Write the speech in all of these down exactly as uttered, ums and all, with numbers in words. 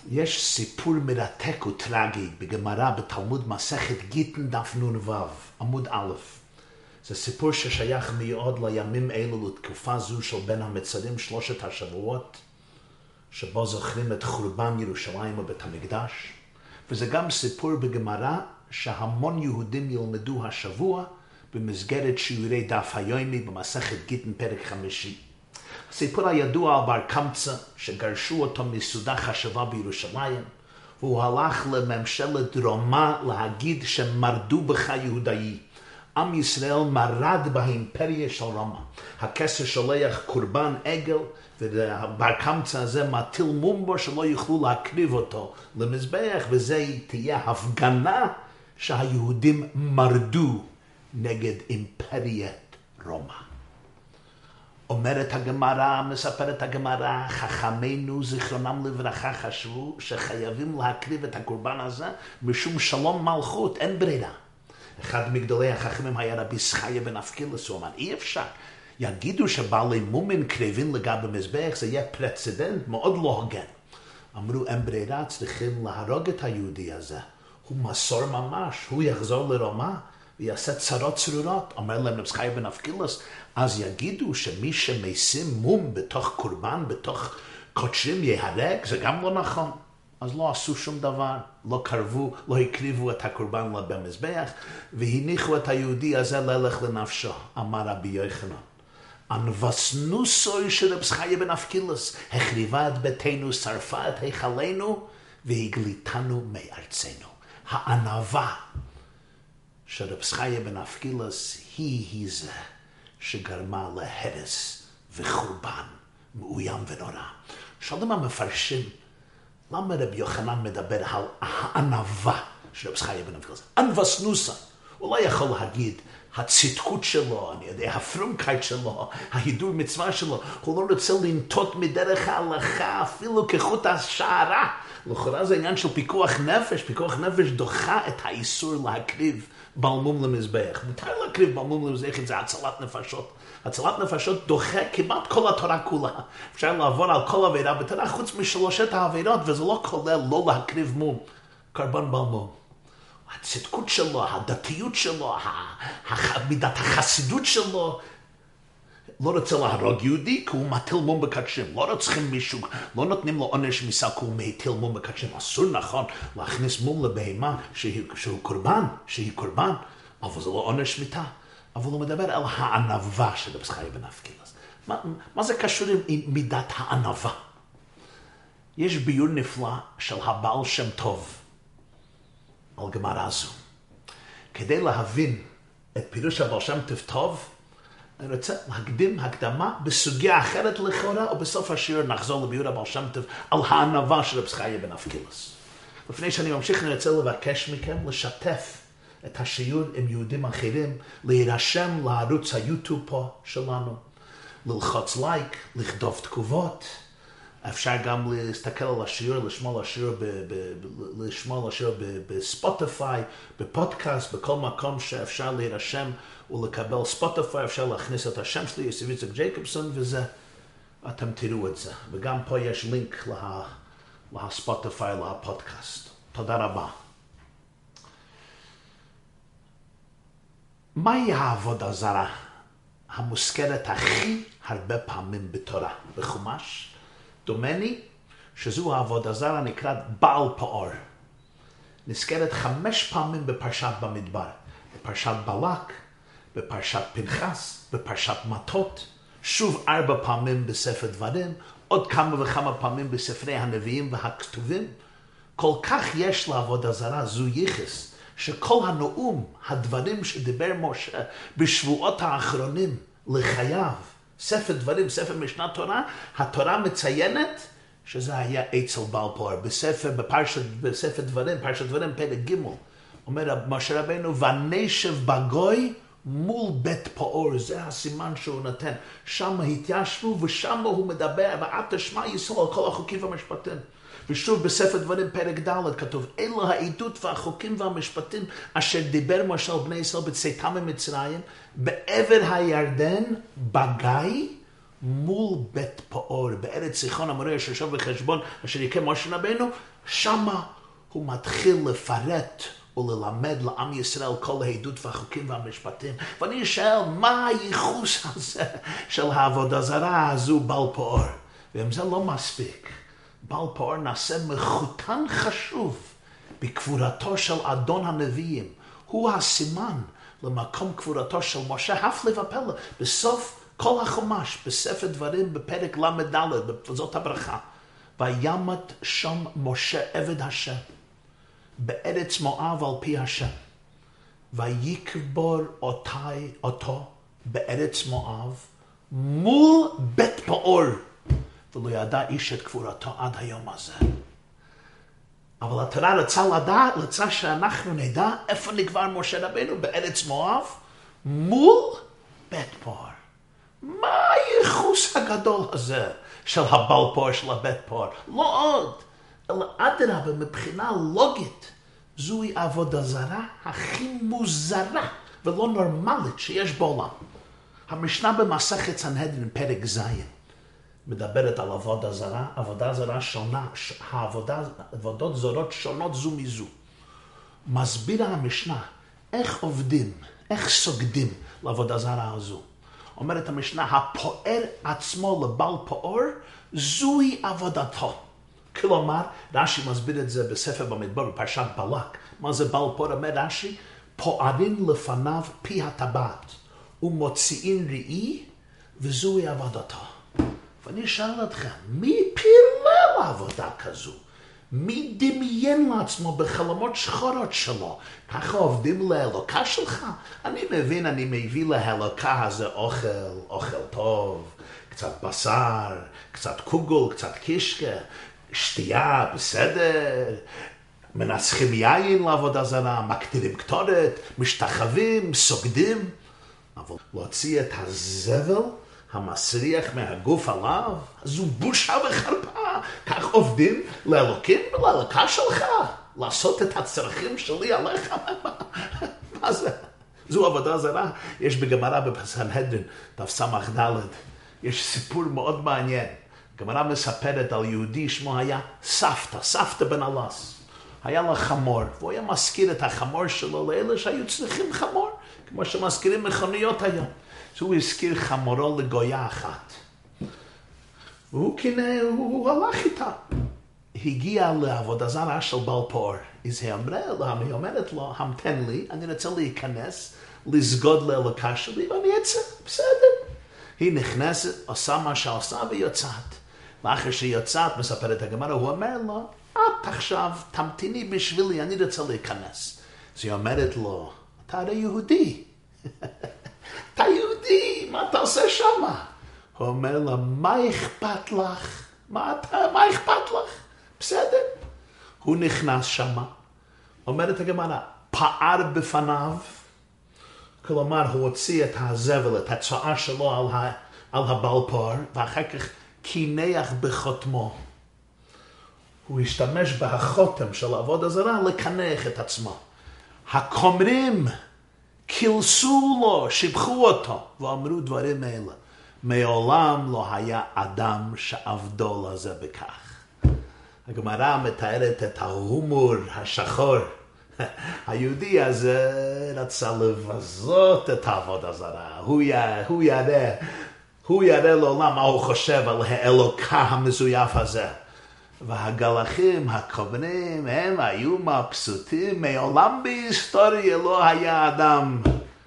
יש סיפור מרתק וטרגי בגמרא בתלמוד מסכת גיטין דף נ"ו, עמוד א'. זה סיפור ששייך מאוד לימים אלו לתקופה זו של בין המצרים שלושת השבועות, שבו זוכרים את חורבן ירושלים ובית המקדש. וזה גם סיפור בגמרא שהמון יהודים ילמדו השבוע במסגרת שיעורי דף היומי במסכת גיטין פרק חמישי. הסיפור הידוע על בר קמצא שגרשו אותו מסעודה חשובה בירושלים, והוא הלך לממשלת רומא להגיד שמרדו בך יהודאי. עם ישראל מרד באימפריה של רומא. הקיסר שולח קורבן עגל, ובר קמצא הזה מטיל מומבו שלא יוכלו להקריב אותו למזבח, וזה תהיה הפגנה שהיהודים מרדו נגד אימפריית רומא. אומרת הגמרא, מספרת הגמרא, חכמינו זיכרונם לברכה חשבו שחייבים להקריב את הקורבן הזה משום שלום מלכות, אין ברירה. אחד מגדולי החכמים היה רבי זכריה בן אבקילס, הוא אמר, אי אפשר. יגידו שבעלי מומין קריבים לגבי מזבח, זה יהיה פרצדנט מאוד לא הוגן. אמרו, אין ברירה, צריכים להרוג את היהודי הזה. הוא מסור ממש, הוא יחזור לרומא ויעשה צרות צרורות. אומר להם רבי זכריה בן אבקילס, אז יגידו שמי שמשים מום בתוך קורבן, בתוך קודשים יהרג, זה גם לא נכון. אז לא עשו שום דבר, לא קרבו, לא הקריבו את הקורבן במזבח, והניחו את היהודי הזה ללך לנפשו. אמר רבי יוחנן, אנבסנוסוי של רבי זכריה בן אבקילס, החריבה את ביתנו, שרפה את היכלנו, והגליתנו מארצנו. הענווה של רבי זכריה בן אבקילס היא היא זה שגרמה להרס וחורבן מאוים ונורא. שואלים המפרשים, למה רבי יוחנן מדבר על הענווה של רבי זכריה בן אבקילס? אנבסנוסה. הוא לא יכול להגיד הצדקות שלו, אני יודע, הפרומקייט שלו, ההידור מצווה שלו. הוא לא רוצה לנטות מדרך ההלכה אפילו כחוט השערה. לכאורה זה עניין של פיקוח נפש. פיקוח נפש דוחה את האיסור להקריב בעל מום למזבח. מותר להקריב בעל מום למזבח, זה הצלת נפשות. הצלת נפשות דוחה כמעט כל התורה כולה. אפשר לעבור על כל עבירה בתורה חוץ משלושת העבירות, וזה לא כולל לא להקריב מום, קורבן בעל מום. הצדקות שלו, הדתיות שלו, מידת החסידות שלו, לא רוצה להרוג יהודי כי הוא מטיל מום בקדשים. לא רוצחים מישהו, לא נותנים לו עונש מיסה כי הוא מטיל מום בקדשים. אסור נכון להכניס מום לבהמה שהיא, שהוא קורבן, שהיא קורבן, אבל זה לא עונש מיתה. אבל הוא מדבר על הענווה של רבי זכריה בן אבקילס. מה, מה זה קשור עם מידת הענווה? יש ביור נפלא של הבעל שם טוב על גמרא זו. כדי להבין את פירוש הבעל שם טוב, אני רוצה להקדים הקדמה בסוגיה אחרת לכאורה, ובסוף השיעור נחזור לביור הבעל שם טוב על הענווה של רבי זכריה בן אבקילס. לפני שאני ממשיך, אני רוצה לבקש מכם לשתף את השיעור עם יהודים אחרים, להירשם לערוץ היוטיוב פה שלנו, ללחוץ לייק, לכתוב תגובות. אפשר גם להסתכל על השיעור, לשמוע על השיעור, לשמוע על השיעור בספוטיפיי, בפודקאסט, בכל מקום שאפשר להירשם ולקבל ספוטיפיי, אפשר להכניס את השם שלי, יוסף יצחק ג'ייקובסון, וזה, אתם תראו את זה. וגם פה יש לינק לה, לספוטיפיי, לפודקאסט. תודה רבה. מהי העבודה זרה המוזכרת הכי הרבה פעמים בתורה? בחומש דומני שזו העבודה זרה נקראת בעל פאור. נזכרת חמש פעמים בפרשת במדבר. בפרשת בלק, בפרשת פנחס, בפרשת מטות, שוב ארבע פעמים בספר דברים, עוד כמה וכמה פעמים בספרי הנביאים והכתובים. כל כך יש לעבודה זרה זו ייחס, שכל הנאום, הדברים שדיבר משה בשבועות האחרונים לחייו, ספר דברים, ספר משנת תורה, התורה מציינת שזה היה אצל בעל פאור. בספר, בפרשת, בספר דברים, פרשת דברים, פרק ג' אומר משה רבנו, ונשב בגוי מול בית פאור. זה הסימן שהוא נותן. שם התיישבו ושם הוא מדבר, ואת תשמע ישראל על כל החוקים והמשפטים. ושוב בספר דברים פרק ד' כתוב, אלו העדות והחוקים והמשפטים אשר דיבר משה על בני ישראל בצאתם ממצרים, בעבר הירדן בגיא מול בית פאור, בארץ סיחון המורה אשר ישב בחשבון אשר יקם משה רבנו, שמה הוא מתחיל לפרט וללמד לעם ישראל כל העדות והחוקים והמשפטים. ואני שואל, מה הייחוס הזה של העבודה זרה הזו בעל פאור? ואם זה לא מספיק, בעל פאור נעשה מחותן חשוב בקבורתו של אדון הנביאים. הוא הסימן למקום קבורתו של משה, הפלא ופלא. בסוף כל החומש, בספר דברים, בפרק למד ד', זאת הברכה. וימת שם משה עבד השם בארץ מואב על פי השם, ויקבור אותי, אותו בארץ מואב מול בית פאור, ולא ידע איש את קבורתו עד היום הזה. אבל התורה רצה לדעת, רצה שאנחנו נדע איפה נקבר משה רבנו, בארץ מואב מול בית פאור. מה הייחוס הגדול הזה של הבעל פאור, של הבית פאור? לא עוד, אלא אדרבה, מבחינה לוגית, זוהי עבודה זרה הכי מוזרה ולא נורמלית שיש בעולם. המשנה במסכת סנהדרין, פרק ז', מדברת על עבודה זרה, עבודה זרה שונה, העבודה, עבודות זרות שונות זו מזו. מסבירה המשנה איך עובדים, איך סוגדים לעבודה זרה הזו. אומרת המשנה, הפוער עצמו לבעל פאור, זוהי עבודתו. כלומר, רש"י מסביר את זה בספר במדבר, בפרשת בלק. מה זה בעל פאור? אומר רש"י, פוערים לפניו פי הטבעת, ומוציאים ראי, וזוהי עבודתו. ואני שואל אתכם, מי פילל עבודה כזו? מי דמיין לעצמו בחלומות שחורות שלו? ככה עובדים לאלוקה שלך? אני מבין, אני מביא לאלוקה הזה אוכל, אוכל טוב, קצת בשר, קצת קוגל, קצת קישקה, שתייה, בסדר, מנסחים יין לעבודה זרה, מקטירים קטורת, משתחווים, סוגדים, אבל להוציא את הזבל המסריח מהגוף עליו, זו בושה וחרפה. כך עובדים לאלוקים ולאלוקה שלך, לעשות את הצרכים שלי עליך. מה זה? זו עבודה זרה. יש בגמרא בסנהדרין, דף סמך ד', יש סיפור מאוד מעניין. גמרא מספרת על יהודי שמו היה סבתא, סבתא בן אלס. היה לה חמור, והוא היה מזכיר את החמור שלו לאלה שהיו צריכים חמור, כמו שמזכירים מכוניות היום. אז הוא הזכיר חמורו לגויה אחת. והוא כנה, הוא, הוא הלך איתה. הגיע לעבודה זרה של בעל פאור. אז היא אומרת, היא אומרת לו, המתן לי, אני רוצה להיכנס, לסגוד לאלוקה שלי, ואני אצא, בסדר. היא נכנסת, עושה מה שעושה ויוצאת. ואחרי שיוצאת, מספרת הגמרא, הוא אומר לו, את עכשיו תמתיני בשבילי, אני רוצה להיכנס. אז היא אומרת לו, אתה הרי יהודי. אתה יהודי, מה אתה עושה שמה? הוא אומר לה, מה אכפת לך? מה, אתה, מה אכפת לך? בסדר. הוא נכנס שמה, אומרת הגמרא, פער בפניו, כלומר הוא הוציא את הזבל, את הצואה שלו על, ה, על הבעל פאור, ואחר כך קינח בחותמו. הוא השתמש בהחותם של עבודה זרה לקנח את עצמו. הכומרים קילסו לו, שיבחו אותו, ואמרו דברים אלה. מעולם לא היה אדם שעבדו לזה בכך. הגמרא מתארת את ההומור השחור. היהודי הזה רצה לבזות את העבודה זרה. הוא, י... הוא יראה, הוא יראה לעולם מה הוא חושב על האלוקה המזויף הזה. והגלחים, הכוונים, הם היו מבסוטים. מעולם בהיסטוריה לא היה אדם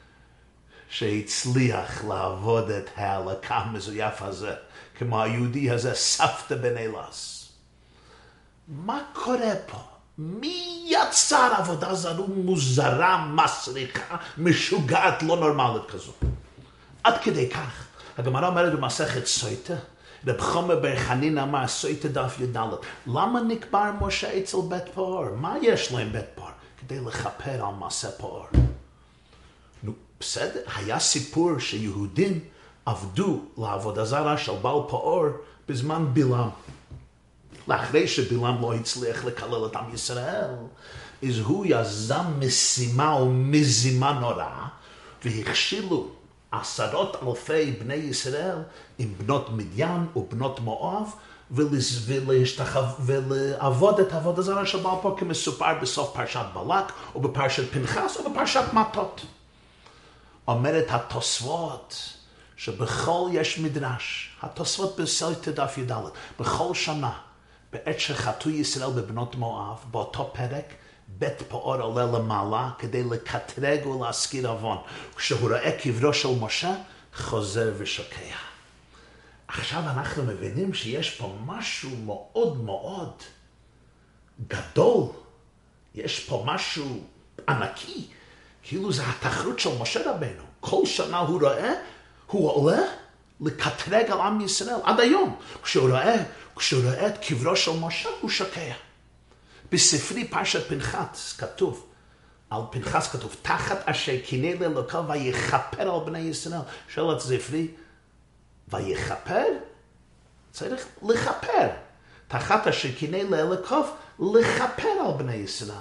שהצליח לעבוד את האלוקה המזויף הזה, כמו היהודי הזה, סבתא בן אלס. מה קורה פה? מי יצר עבודה זרה מוזרה, מסריחה, משוגעת, לא נורמלית כזו? עד כדי כך. הגמרא אומרת במסכת סוטה, רב חומר בר חנין אמר, סוטה דף י"ד, למה נקבר משה אצל בית פאור? מה יש להם בית פאור? כדי לכפר על מעשה פאור. נו, בסדר, היה סיפור שיהודים עבדו לעבודה זרה של בעל פאור בזמן בלעם. לאחרי שבלעם לא הצליח לקלל את עם ישראל, אז הוא יזם משימה ומזימה נוראה, והכשילו עשרות אלפי בני ישראל עם בנות מדיין ובנות מואב, ולעבוד את העבוד הזרה של בעל פור כמסופר בסוף פרשת בלק, או בפרשת פנחס, או בפרשת מטות. אומרת התוספות, שבכל יש מדרש, התוספות בסייטה דף י"ד, בכל שנה, בעת שחטאו ישראל בבנות מואב, באותו פרק, בית פאור עולה למעלה כדי לקטרג ולהזכיר עוון. כשהוא רואה קברו של משה, חוזר ושוקע. עכשיו אנחנו מבינים שיש פה משהו מאוד מאוד גדול. יש פה משהו ענקי. כאילו זה התחרות של משה רבנו. כל שנה הוא רואה, הוא עולה לקטרג על עם ישראל. עד היום. כשהוא רואה, כשהוא רואה את קברו של משה, הוא שוקע. בספרי פרשת פנחס כתוב, על פנחס כתוב, תחת אשר קינא לאלוקיו ויכפר על בני ישראל. שואל את ספרי, ויכפר? צריך לכפר. תחת אשר קינא לאלוקיו, לכפר על בני ישראל.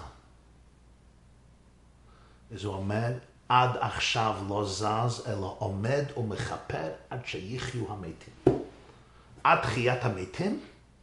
אז הוא אומר, עד עכשיו לא זז, אלא עומד ומכפר עד שיחיו המתים. עד חיית המתים,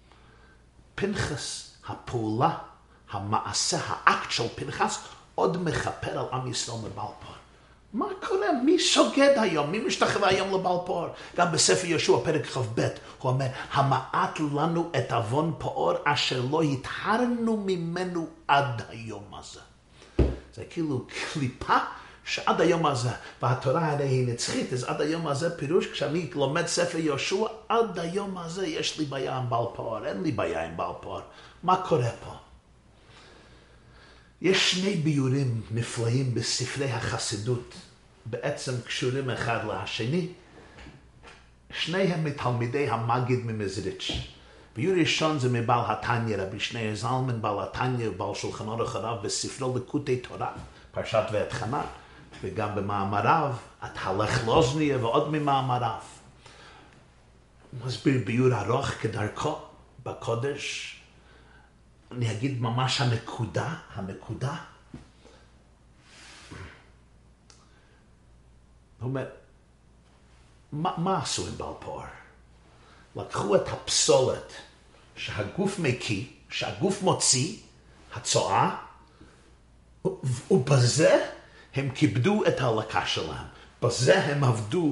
פנחס, הפעולה, המעשה, האקט של פנחס, עוד מכפר על עם ישראל מבעל פור. מה קורה? מי סוגד היום? מי משתחווה היום לבעל פור? גם בספר יהושע, פרק כ"ב, הוא אומר, המעט לנו את עוון פאור אשר לא התהרנו ממנו עד היום הזה. זה כאילו קליפה שעד היום הזה, והתורה הרי היא נצחית, אז עד היום הזה פירוש, כשאני לומד ספר יהושע, עד היום הזה יש לי בעיה עם בעל פאור, אין לי בעיה עם בעל פאור. מה קורה פה? יש שני ביורים נפלאים בספרי החסידות, בעצם קשורים אחד לשני. שניהם מתלמידי המגיד ממזריץ'. ביור ראשון זה מבעל התניא, רבי שניאור זלמן, בעל התניא ובעל שולחן אורך הרב בספרו ליקוטי תורה, פרשת ואת חנה, וגם במאמריו, את הלך לאוזניה ועוד ממאמריו. הוא מסביר ביור ארוך כדרכו בקודש. אני אגיד ממש הנקודה, הנקודה. הוא אומר, מה, מה עשו עם בעל פאור? לקחו את הפסולת שהגוף מקיא, שהגוף מוציא, הצואה, ובזה הם כיבדו את ההלקה שלהם. בזה הם עבדו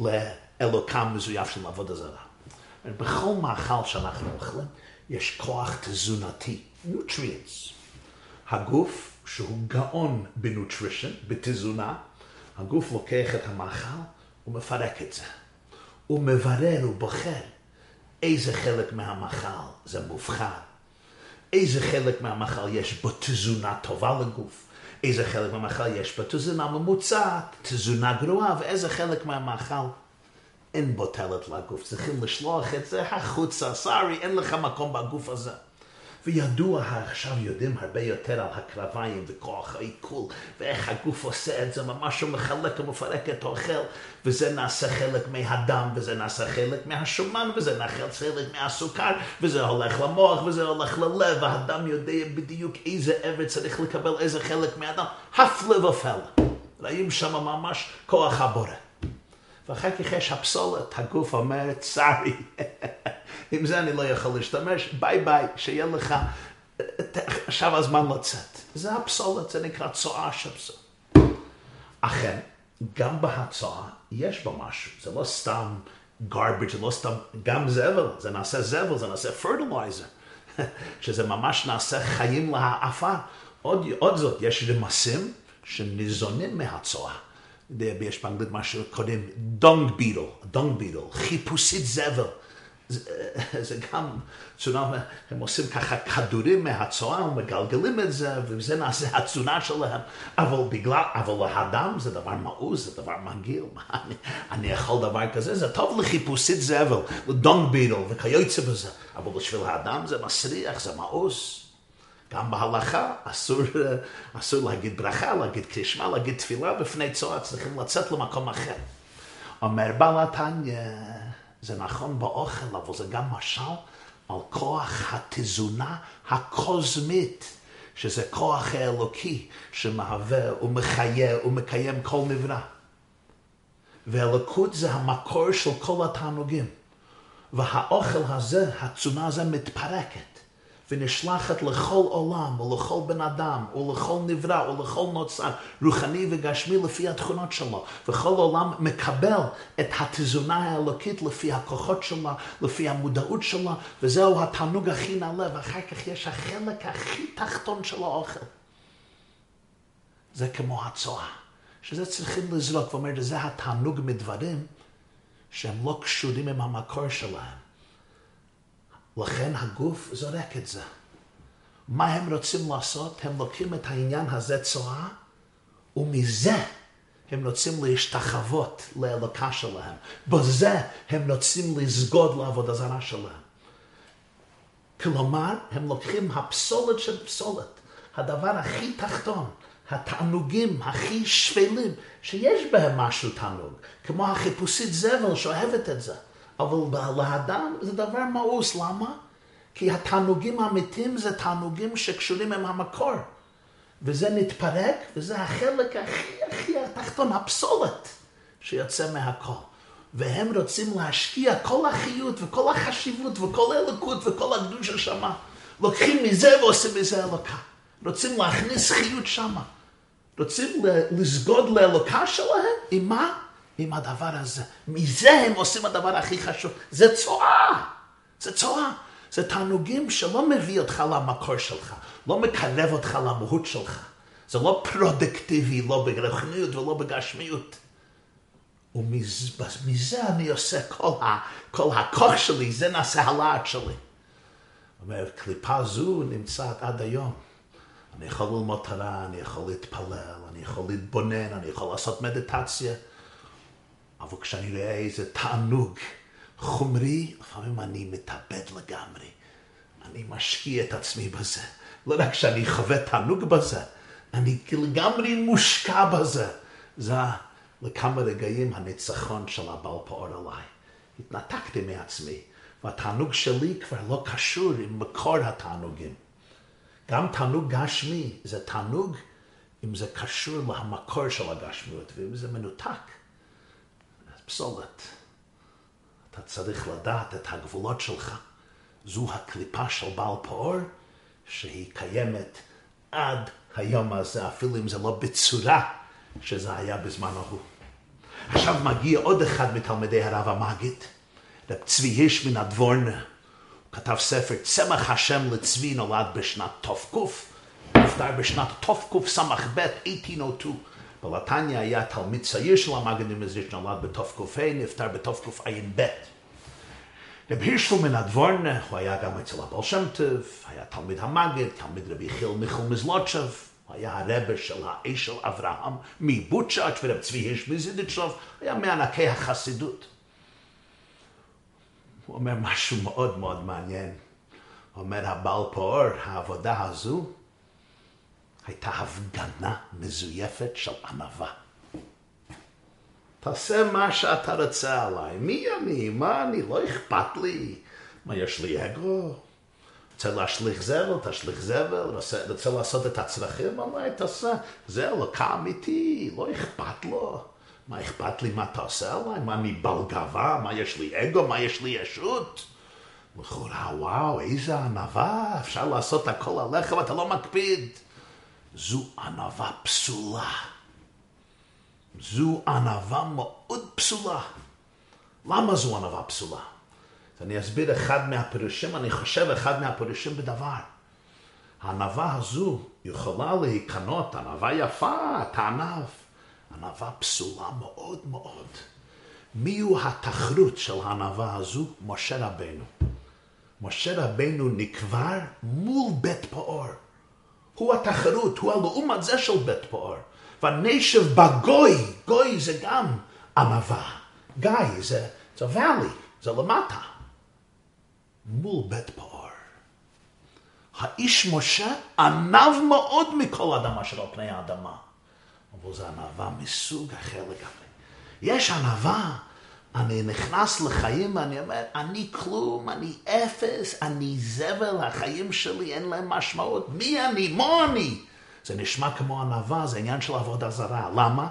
לאלוקם מזויף של עבודה זרה. בכל מאכל שאנחנו אוכלים, יש כוח תזונתי, nutrients. הגוף, שהוא גאון בנוטרישן, בתזונה, הגוף לוקח את המאכל ומפרק את זה. הוא מברר, הוא בוחר איזה חלק מהמאכל זה מובחר, איזה חלק מהמאכל יש בו תזונה טובה לגוף, איזה חלק מהמאכל יש בו תזונה ממוצעת, תזונה גרועה, ואיזה חלק מהמאכל אין בו תלת לגוף. צריכים לשלוח את זה החוצה, סורי, אין לך מקום בגוף הזה. וידוע, עכשיו יודעים הרבה יותר על הקרביים וכוח העיכול, ואיך הגוף עושה את זה, ממש הוא מחלק ומפרק את האוכל, וזה נעשה חלק מהדם, וזה נעשה חלק מהשומן, וזה נעשה חלק מהסוכר, וזה הולך למוח, וזה הולך ללב, והדם יודע בדיוק איזה עבר צריך לקבל איזה חלק מהדם, הפלא ופלא. רואים שם ממש כוח הבורא. ואחר כך יש הפסולת, הגוף אומר, סורי, עם זה אני לא יכול להשתמש, ביי ביי, שיהיה לך, עכשיו הזמן לצאת. זה הפסולת, זה נקרא צואה של פסולת. אכן, גם בהצואה יש בה משהו, זה לא סתם garbage, זה לא סתם, גם זבל, זה נעשה זבל, זה נעשה fertilizer, שזה ממש נעשה חיים לעפר. עוד, עוד זאת, יש רמסים שניזונים מהצואה. יש באנגלית מה שקוראים dung beetle, dung beetle, חיפושית זבל. זה, זה גם, צונה, הם עושים ככה כדורים מהצואה ומגלגלים את זה, וזה נעשה התזונה שלהם. אבל בגלל, אבל האדם זה דבר מאוס, זה דבר מגעיל. אני, אני יכול דבר כזה, זה טוב לחיפושית זבל, לדונג ביטל וכיוצא בזה. אבל בשביל האדם זה מסריח, זה מאוס. גם בהלכה אסור, אסור להגיד ברכה, להגיד קרישמה, להגיד תפילה בפני צואה, צריכים לצאת למקום אחר. אומר בעל התניא, זה נכון באוכל, אבל זה גם משל על כוח התזונה הקוזמית, שזה כוח האלוקי שמהווה ומחיה ומקיים כל נברא. והאלוקות זה המקור של כל התענוגים. והאוכל הזה, התזונה הזה מתפרקת, ונשלחת לכל עולם, ולכל בן אדם, ולכל נברא, ולכל נוצר, רוחני וגשמי לפי התכונות שלו. וכל עולם מקבל את התזונה האלוקית לפי הכוחות שלה, לפי המודעות שלה, וזהו התענוג הכי נעלה, ואחר כך יש החלק הכי תחתון של האוכל. זה כמו הצואה, שזה צריכים לזרוק, ואומר, זה התענוג מדברים, שהם לא קשורים עם המקור שלהם. לכן הגוף זורק את זה. מה הם רוצים לעשות? הם לוקחים את העניין הזה צואה, ומזה הם רוצים להשתחוות לאלוקה שלהם. בזה הם רוצים לסגוד לעבודה זרה שלהם. כלומר, הם לוקחים הפסולת של פסולת, הדבר הכי תחתון, התענוגים הכי שפלים, שיש בהם משהו תענוג, כמו החיפושית זבל שאוהבת את זה. אבל לאדם זה דבר מאוס. למה? כי התענוגים האמיתיים זה תענוגים שקשורים עם המקור. וזה נתפרק, וזה החלק הכי הכי התחתון, הפסולת, שיוצא מהכל. והם רוצים להשקיע כל החיות וכל החשיבות וכל האלוקות וכל הקדושה שמה. לוקחים מזה ועושים מזה אלוקה. רוצים להכניס חיות שמה. רוצים לסגוד לאלוקה שלהם. עם מה? עם הדבר הזה. מזה הם עושים הדבר הכי חשוב. זה צואה. זה צואה. זה תענוגים שלא מביא אותך למקור שלך. לא מקרב אותך למהות שלך. זה לא פרודקטיבי, לא ברוחניות ולא בגשמיות. ומזה אני עושה כל, ה, כל הכוח שלי, זה נעשה הלהט שלי. אומר, קליפה זו נמצאת עד היום. אני יכול ללמוד תורה, אני יכול להתפלל, אני יכול להתבונן, אני יכול לעשות מדיטציה. אבל כשאני רואה איזה תענוג חומרי, לפעמים אני מתאבד לגמרי. אני משקיע את עצמי בזה. לא רק שאני חווה תענוג בזה, אני לגמרי מושקע בזה. זה לכמה רגעים הניצחון של הבעל פאור עליי. התנתקתי מעצמי, והתענוג שלי כבר לא קשור עם מקור התענוגים. גם תענוג גשמי זה תענוג אם זה קשור למקור של הגשמיות, ואם זה מנותק, זה פסולת. אתה צריך לדעת את הגבולות שלך. זו הקליפה של בעל פאור, שהיא קיימת עד היום הזה, אפילו אם זה לא בצורה שזה היה בזמן ההוא. עכשיו מגיע עוד אחד מתלמידי הרב המגיד, רב צבי הירש מן הדבורנה. הוא כתב ספר, צמח השם לצבי, נולד בשנת תופקוף, נפטר בשנת תופקוף סמך ב' שמונה מאות ושתיים. בלתניה היה תלמיד צעיר של המגיד ממזריץ', נולד בתופקוף ה', נפטר בתופקוף עין ב'. רב הירש מן הדבורנה, הוא היה גם אצל הבעל שם טוב, היה תלמיד המגיד, תלמיד רבי יחיאל מיכל מזלוטשב, הוא היה הרבה של האשל אברהם מבוצ'אץ', ורב צבי הירש מזידיצ'וב, היה מענקי החסידות. הוא אומר משהו מאוד מאוד מעניין. הוא אומר, הבעל פאור, העבודה הזו, הייתה הפגנה מזויפת של ענווה. תעשה מה שאתה רוצה עליי. מי אני? מה אני? לא אכפת לי. מה, יש לי אגו? רוצה להשליך זבל? תשליך זבל. רוצה, רוצה לעשות את הצרכים עליי? תעשה. זה אלוקה אמיתי. לא אכפת לו. מה אכפת לי מה אתה עושה עליי? מה אני בעל גאווה? מה יש לי אגו? מה יש לי ישות? לכאורה, וואו, איזה ענווה. אפשר לעשות הכל עליך ואתה לא מקפיד. זו ענווה פסולה. זו ענווה מאוד פסולה. למה זו ענווה פסולה? אני אסביר אחד מהפירושים, אני חושב אחד מהפירושים בדבר. הענווה הזו יכולה להיכנות, ענווה יפה, תענב. ענווה פסולה מאוד מאוד. מיהו התחרות של הענווה הזו? משה רבנו. משה רבנו נקבר מול בית פאור. הוא התחרות, הוא הלעומת זה של בית פאור. והנשב בגוי, גוי זה גם ענווה. גיא זה, זה ואלי, זה למטה. מול בית פאור. האיש משה ענב מאוד מכל אדמה שלו פני האדמה. אבל זה ענווה מסוג אחר לגמרי. יש ענווה, אני נכנס לחיים ואני אומר, אני כלום, אני אפס, אני זבל, החיים שלי אין להם משמעות. מי אני? מה אני? זה נשמע כמו ענווה, זה עניין של עבודה זרה. למה?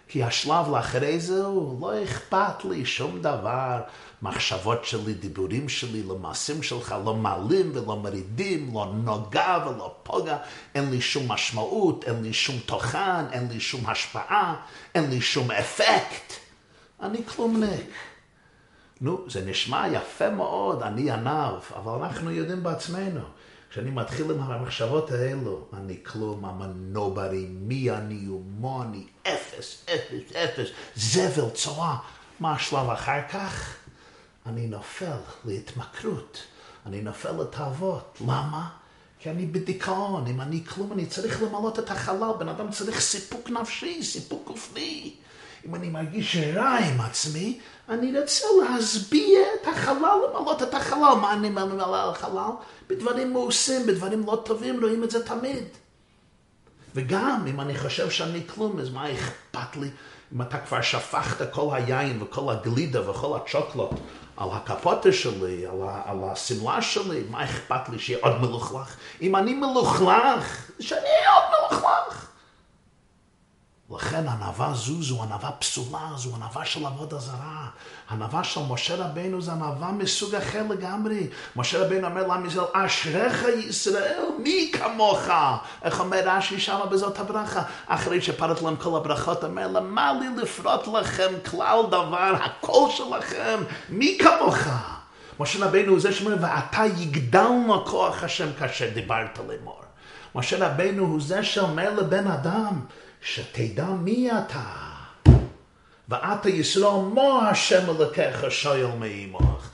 כי השלב לאחרי זה הוא לא אכפת לי שום דבר. מחשבות שלי, דיבורים שלי, למעשים שלך, לא מעלים ולא מרידים, לא נוגע ולא פוגע. אין לי שום משמעות, אין לי שום תוכן, אין לי שום השפעה, אין לי שום אפקט. אני כלומניק. נו, זה נשמע יפה מאוד, אני ענב, אבל אנחנו יודעים בעצמנו. כשאני מתחיל עם המחשבות האלו, אני כלום, המנוברי, מי אני ומה אני, אפס, אפס, אפס, זבל, צועה. מה השלב אחר כך? אני נופל להתמכרות, אני נופל לתאוות. למה? כי אני בדיכאון, אם אני כלום, אני צריך למלות את החלל, בן אדם צריך סיפוק נפשי, סיפוק גופני. אם אני מרגיש רע עם עצמי, אני רוצה להשביע את החלל, למלות את החלל. מה אני ממלא על החלל? בדברים מעושים, בדברים לא טובים, רואים את זה תמיד. וגם אם אני חושב שאני כלום, אז מה אכפת לי? אם אתה כבר שפכת כל היין וכל הגלידה וכל הצ'וקולד על הכפוטה שלי, על, ה- על הסמלה שלי, מה אכפת לי שיהיה עוד מלוכלך? אם אני מלוכלך, שאני אהיה עוד מלוכלך. לכן ענווה זו זו ענווה פסולה, זו ענווה של עבודה זרה. ענווה של משה רבינו זו ענווה מסוג אחר לגמרי. משה רבינו אומר לעם ישראל, אשריך ישראל, מי כמוך? איך אומר רש"י שם בזאת הברכה? אחרי שפרט להם כל הברכות, אומר להם, מה לי לפרוט לכם כלל דבר, הכל שלכם, מי כמוך? משה רבינו הוא זה שאומר, ואתה יגדלנו כוח השם כאשר דיברת לאמור. משה רבינו הוא זה שאומר לבן אדם, שתדע מי אתה. ואתה ישראל, מה השם אלוקיך שואל מעמך.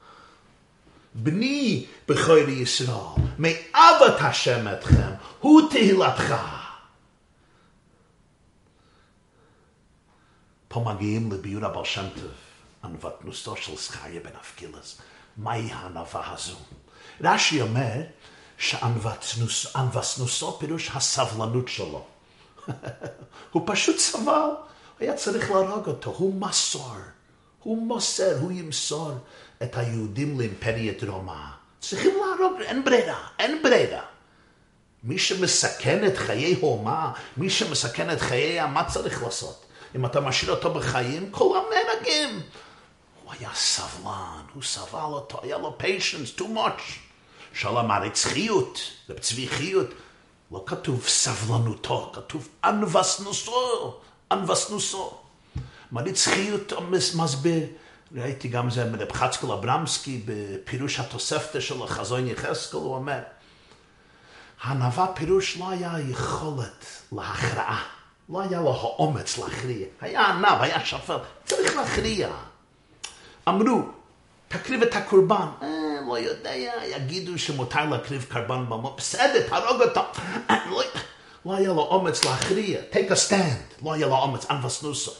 בני בכור ישראל, מאהבת השם אתכם, הוא תהילתך. פה מגיעים לביור הבעל שם טוב, ענוותנותו של זכריה בן אבקילס. מהי הענווה הזו? רש"י אומר שענוותנותו פירוש הסבלנות שלו. הוא פשוט סבל, היה צריך להרוג אותו, הוא מסור, הוא מוסר, הוא ימסור את היהודים לאימפריית רומא. צריכים להרוג, אין ברירה, אין ברירה. מי שמסכן את חיי האומה, מי שמסכן את חיי, מה צריך לעשות? אם אתה משאיר אותו בחיים, כולם נהרגים. הוא היה סבלן, הוא סבל אותו, היה לו patience, too much. שלום הרצחיות, לצביחיות. לא כתוב סבלנותו, כתוב אנבסנוסו, אנבסנוסו. מרצחיות מסביר, ראיתי גם זה מרב חצקל אברמסקי בפירוש התוספתא של החזון יחזקאל, הוא אומר, הענווה פירוש לא היה יכולת להכרעה, לא היה לו האומץ להכריע, היה ענב, היה שפל, צריך להכריע. אמרו, תקריב את הקורבן, אה, לא יודע, יגידו שמותר להקריב קורבן במות, בסדר, תהרוג אותו. לא, לא היה לו אומץ להכריע, take a stand, לא היה לו אומץ, אנבסנוסו.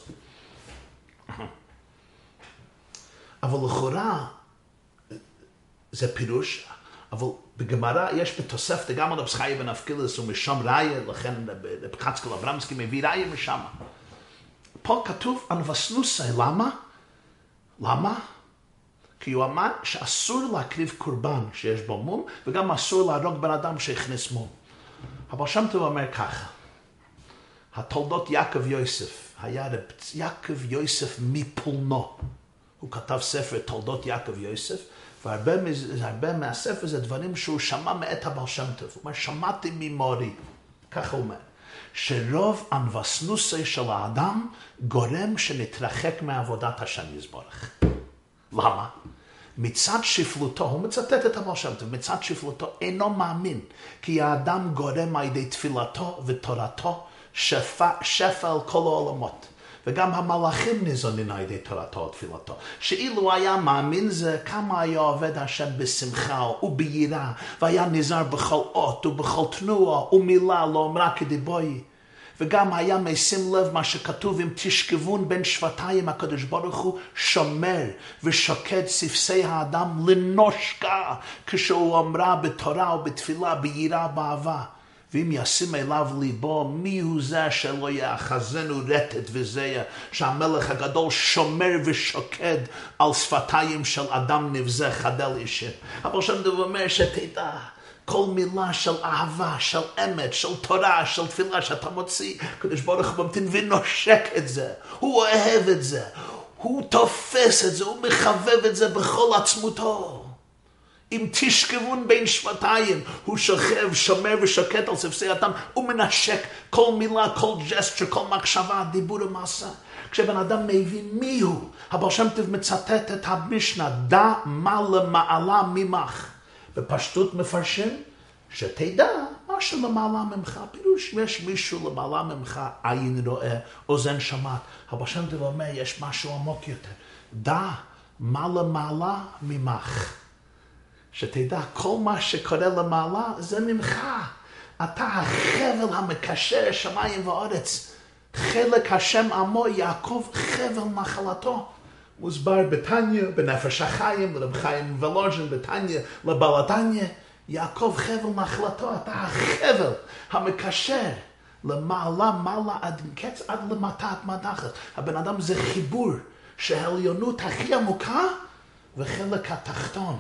אבל לכאורה, זה פירוש, אבל בגמרא יש בתוספתא גם על רב זכריה בן אבקילס ומשם ראיה, לכן רב חצקל אברמסקי מביא ראיה משם. פה כתוב אנבסנוסו, למה? למה? כי הוא אמר שאסור להקריב קורבן שיש בו מום, וגם אסור להרוג בן אדם שהכניס מום. אבל שם טוב אומר ככה, התולדות יעקב יוסף, היה רב יעקב יוסף מפולנו. הוא כתב ספר תולדות יעקב יוסף, והרבה מהספר זה דברים שהוא שמע מאת הבעל שם טוב. הוא אומר, שמעתי ממורי, ככה הוא אומר, שרוב אנבסנוסי של האדם גורם שנתרחק מעבודת השם יזברך. למה? מצד שפלותו, הוא מצטט את הבעל שם טוב, מצד שפלותו אינו מאמין, כי האדם גורם על ידי תפילתו ותורתו שפע, שפע על כל העולמות. וגם המלאכים ניזונים על ידי תורתו ותפילתו. שאילו היה מאמין זה, כמה היה עובד השם בשמחה וביראה, והיה נזהר בכל אות ובכל תנועה ומילה לא אומרה כדיבוי. וגם היה משים לב מה שכתוב, אם תשכבון בין שבטיים, הקדוש ברוך הוא שומר ושוקד ספסי האדם לנושקה, כשהוא אמרה בתורה ובתפילה, ביראה באהבה. ואם ישים אליו ליבו, מי הוא זה שלא יאחזנו רטט וזיה, שהמלך הגדול שומר ושוקד על שפתיים של אדם נבזה חדל אישה. אבל שם דבר אומר שתדע, כל מילה של אהבה, של אמת, של תורה, של תפילה שאתה מוציא, הקדוש ברוך הוא ממתין ונושק את זה, הוא אוהב את זה, הוא תופס את זה, הוא מחבב את זה בכל עצמותו. אם תשכבון בין שבטיים, הוא שוכב, שומר ושוקט על ספסי אדם, הוא מנשק כל מילה, כל ג'סטר, כל מחשבה, דיבור ומעשה. כשבן אדם מבין מי הוא, הבעל שם טוב מצטט את המשנה, דע מה למעלה ממך. בפשטות מפרשים, שתדע מה שלמעלה ממך. פירוש, יש מישהו למעלה ממך, עין רואה, אוזן שמעת. הבעל שם טוב אומר, יש משהו עמוק יותר. דע מה למעלה ממך. שתדע, כל מה שקורה למעלה זה ממך. אתה החבל המקשר שמיים וארץ. חלק השם עמו יעקב חבל נחלתו. מוסבר בתניא, בנפש החיים, לרב חיים ולוז'ין, בתניא, לבעל התניא, יעקב חבל נחלתו, אתה החבל המקשר למעלה, מעלה עד קץ, עד למטה, עד מדחת. הבן אדם זה חיבור שהעליונות הכי עמוקה וחלק התחתון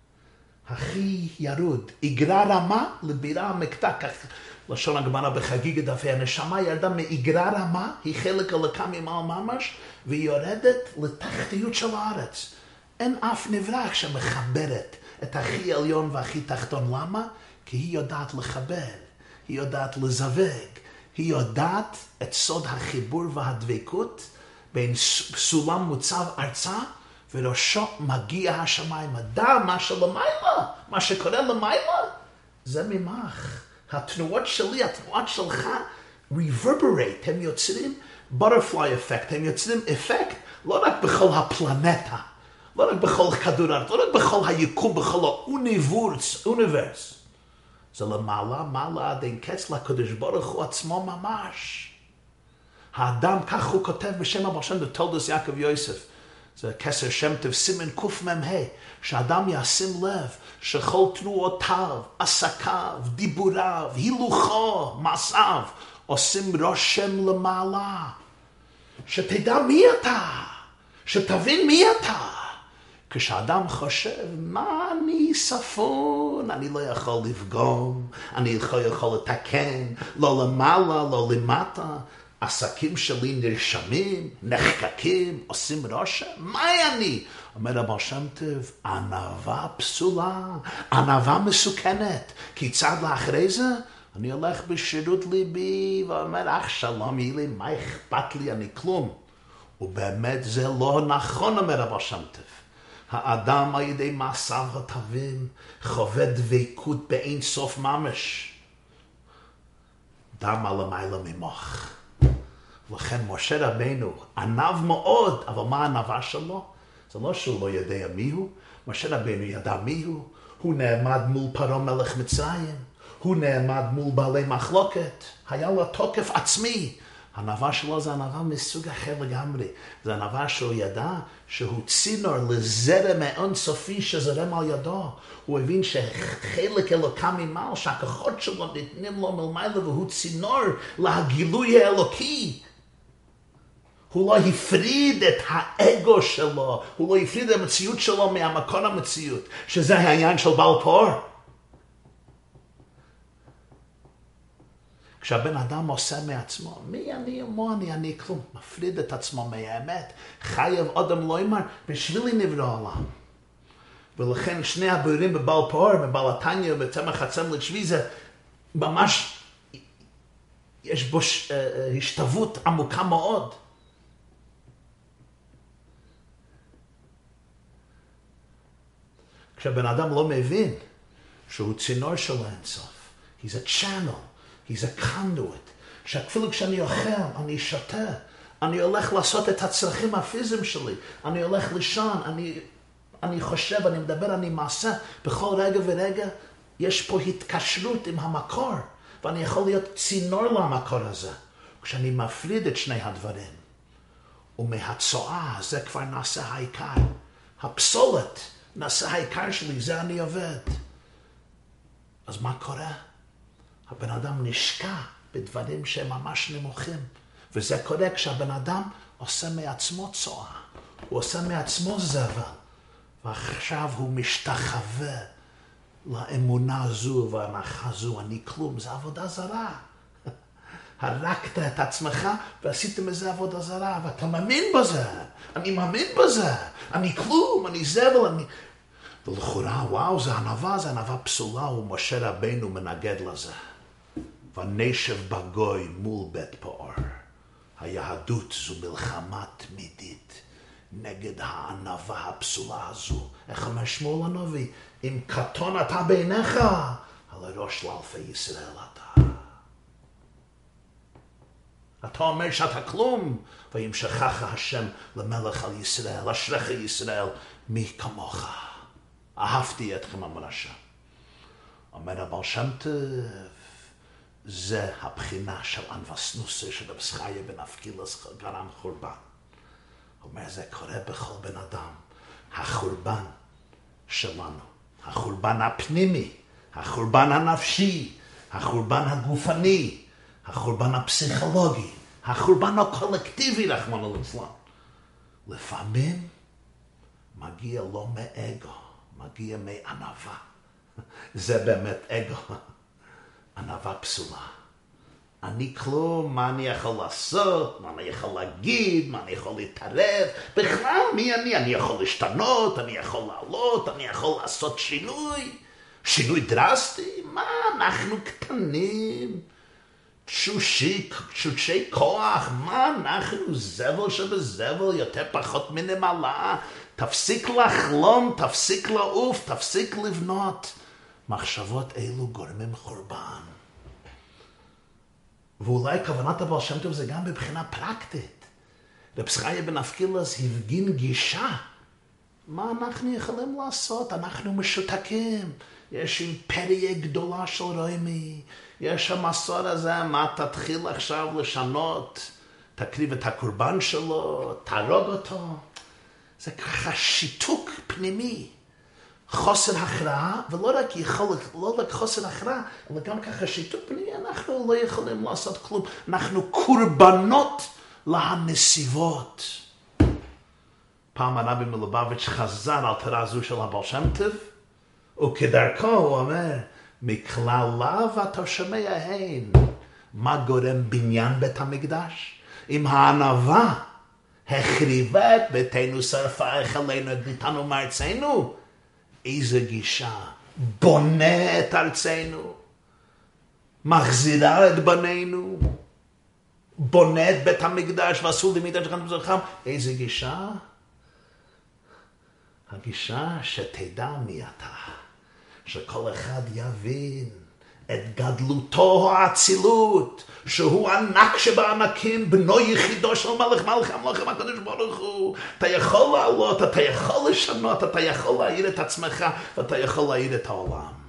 הכי ירוד. איגרה רמה לבירה המקטע, כך לשון הגמרא בחגיגה דפי, הנשמה ירדה מאיגרה רמה, היא חלק הלקה ממעל ממש, והיא יורדת לתחתיות של הארץ. אין אף נברח שמחברת את הכי עליון והכי תחתון. למה? כי היא יודעת לחבר, היא יודעת לזווג, היא יודעת את סוד החיבור והדבקות בין סולם מוצב ארצה, וראשו מגיע השמיים. דע מה שלמעלה, מה שקורה למעלה, זה ממך. התנועות שלי, התנועות שלך, reverberate, הם יוצרים butterfly effect, הם יוצרים אפקט לא רק בכל הפלנטה, לא רק בכל כדור הארץ, לא רק בכל היקום, בכל האוניברס, אוניברס. זה למעלה, מעלה עד אין קץ לקדוש ברוך הוא עצמו ממש. האדם, כך הוא כותב בשם הבעל שם טוב בתולדות יעקב יוסף, זה כסר שם טוב סימן קמ"ה, שאדם ישים לב שכל תנועותיו, עסקיו, דיבוריו, הילוכו, מעשיו, עושים רושם למעלה. שתדע מי אתה, שתבין מי אתה. כשאדם חושב, מה אני ספון, אני לא יכול לפגום, אני לא יכול לתקן, לא למעלה, לא למטה. עסקים שלי נרשמים, נחקקים, עושים רושם. מהי אני? אומר הבעל שם טוב, ענווה פסולה, ענווה מסוכנת. כי צד לאחרי זה, אני הולך בשירות ליבי, ואומר, אך שלום יהיה לי, מה אכפת לי, אני כלום. ובאמת זה לא נכון, אומר הבעל שם טוב. האדם על ידי מעשיו הטובים, חווה דבקות באין סוף ממש. דע מה למעלה ממך. לכן משה רבנו ענב מאוד, אבל מה הענבה שלו? זה לא שהוא לא יודע מי הוא. משה רבנו ידע מי הוא. הוא נעמד מול פרעה מלך מצרים. הוא נעמד מול בעלי מחלוקת. היה לו תוקף עצמי. הענבה שלו זה ענבה מסוג אחר לגמרי. זה ענבה שהוא ידע שהוא צינור לזרם האין סופי שזרם על ידו. הוא הבין שחלק אלוקה ממעל, שהכוחות שלו נתנים לו מלמעלה, והוא צינור להגילוי האלוקי. הוא לא הפריד את האגו שלו, הוא לא הפריד את המציאות שלו מהמקור המציאות, שזה העניין של בעל פור. כשהבן אדם עושה מעצמו, מי אני ומו אני, אני כלום, מפריד את עצמו מהאמת, חייב אדם לא אמר, בשבילי נברא העולם. ולכן שני הביאורים בבעל פור, בבעל התניא ובצמח הצמח שבי, זה ממש, יש בו השתוות עמוקה מאוד. כשהבן אדם לא מבין שהוא צינור של האינסוף, he's a channel, he's a conduit, שאפילו כשאני אוכל, אני שותה, אני הולך לעשות את הצרכים הפיזיים שלי, אני הולך לישון, אני, אני חושב, אני מדבר, אני מעשה, בכל רגע ורגע יש פה התקשרות עם המקור, ואני יכול להיות צינור למקור הזה, כשאני מפריד את שני הדברים. ומהצועה זה כבר נעשה העיקר, הפסולת, נעשה העיקר שלי, זה אני עובד. אז מה קורה? הבן אדם נשקע בדברים שהם ממש נמוכים. וזה קורה כשהבן אדם עושה מעצמו צועה. הוא עושה מעצמו זבל. ועכשיו הוא משתחווה לאמונה זו והנחה זו, אני כלום, זה עבודה זרה. הרגת את עצמך ועשית מזה עבודה זרה, ואתה מאמין בזה, אני מאמין בזה, אני כלום, אני זבל, אני... ולכאורה, וואו, זה ענווה, זה ענווה פסולה, ומשה רבינו מנגד לזה. ונשב בגוי מול בית פאר. היהדות זו מלחמה תמידית נגד הענווה הפסולה הזו. איך אומר שמואל הנביא? אם קטון אתה בעיניך, על הראש לאלפי ישראל אתה. אתה אומר שאתה כלום, וימשכך השם למלך על ישראל, אשריך ישראל, מי כמוך. אהבתי אתכם אמר השם. אומר הבעל שם טוב, זה הבחינה של אנבסנוסה של רב חיה בן אבקילס גרם חורבן. אומר, זה קורה בכל בן אדם. החורבן שלנו, החורבן הפנימי, החורבן הנפשי, החורבן הגופני, החורבן הפסיכולוגי, החורבן הקולקטיבי, רחמנא ליצלן. לפעמים מגיע לא מאגו, מגיע מענווה. זה באמת אגו. ענווה פסולה. אני כלום, מה אני יכול לעשות, מה אני יכול להגיד, מה אני יכול להתערב, בכלל מי אני? אני יכול להשתנות, אני יכול לעלות, אני יכול לעשות שינוי, שינוי דרסטי, מה אנחנו קטנים, תשושי, תשושי כוח, מה אנחנו זבל שבזבל, יותר פחות מנמלה, תפסיק לחלום, תפסיק לעוף, תפסיק לבנות. מחשבות אלו גורמים חורבן. ואולי כוונת הבעל שם טוב זה גם בבחינה פרקטית. רב חיה בן אבקילס הפגין גישה. מה אנחנו יכולים לעשות? אנחנו משותקים. יש אימפריה גדולה של רומי. יש המסור הזה, מה תתחיל עכשיו לשנות? תקריב את הקורבן שלו, תהרוג אותו. זה ככה שיתוק פנימי. חוסר הכרעה, ולא רק יכולת, לא רק חוסר הכרעה, אלא גם ככה שיתוק פנימי, אנחנו לא יכולים לעשות כלום. אנחנו קורבנות לנסיבות. פעם הרבי מלובביץ' חזר על תורה זו של הבעל שם טוב, וכדרכו הוא אומר, מכלליו אתה שומע הן, מה גורם בניין בית המקדש? אם הענווה החריבה את ביתנו, שרפה היכלנו, הגליתנו מארצנו, איזה גישה, בונה את ארצנו, מחזירה את בנינו, בונה את בית המקדש ועשו למידה שלכם בזרחם, איזה גישה? הגישה שתדע מי אתה, שכל אחד יבין את גדלותו האצילות, שהוא ענק שבענקים, בנו יחידו של מלך מלכי המלכים הקדוש ברוך הוא. אתה יכול לעלות, אתה יכול לשנות, אתה יכול להעיר את עצמך, ואתה יכול להעיר את העולם.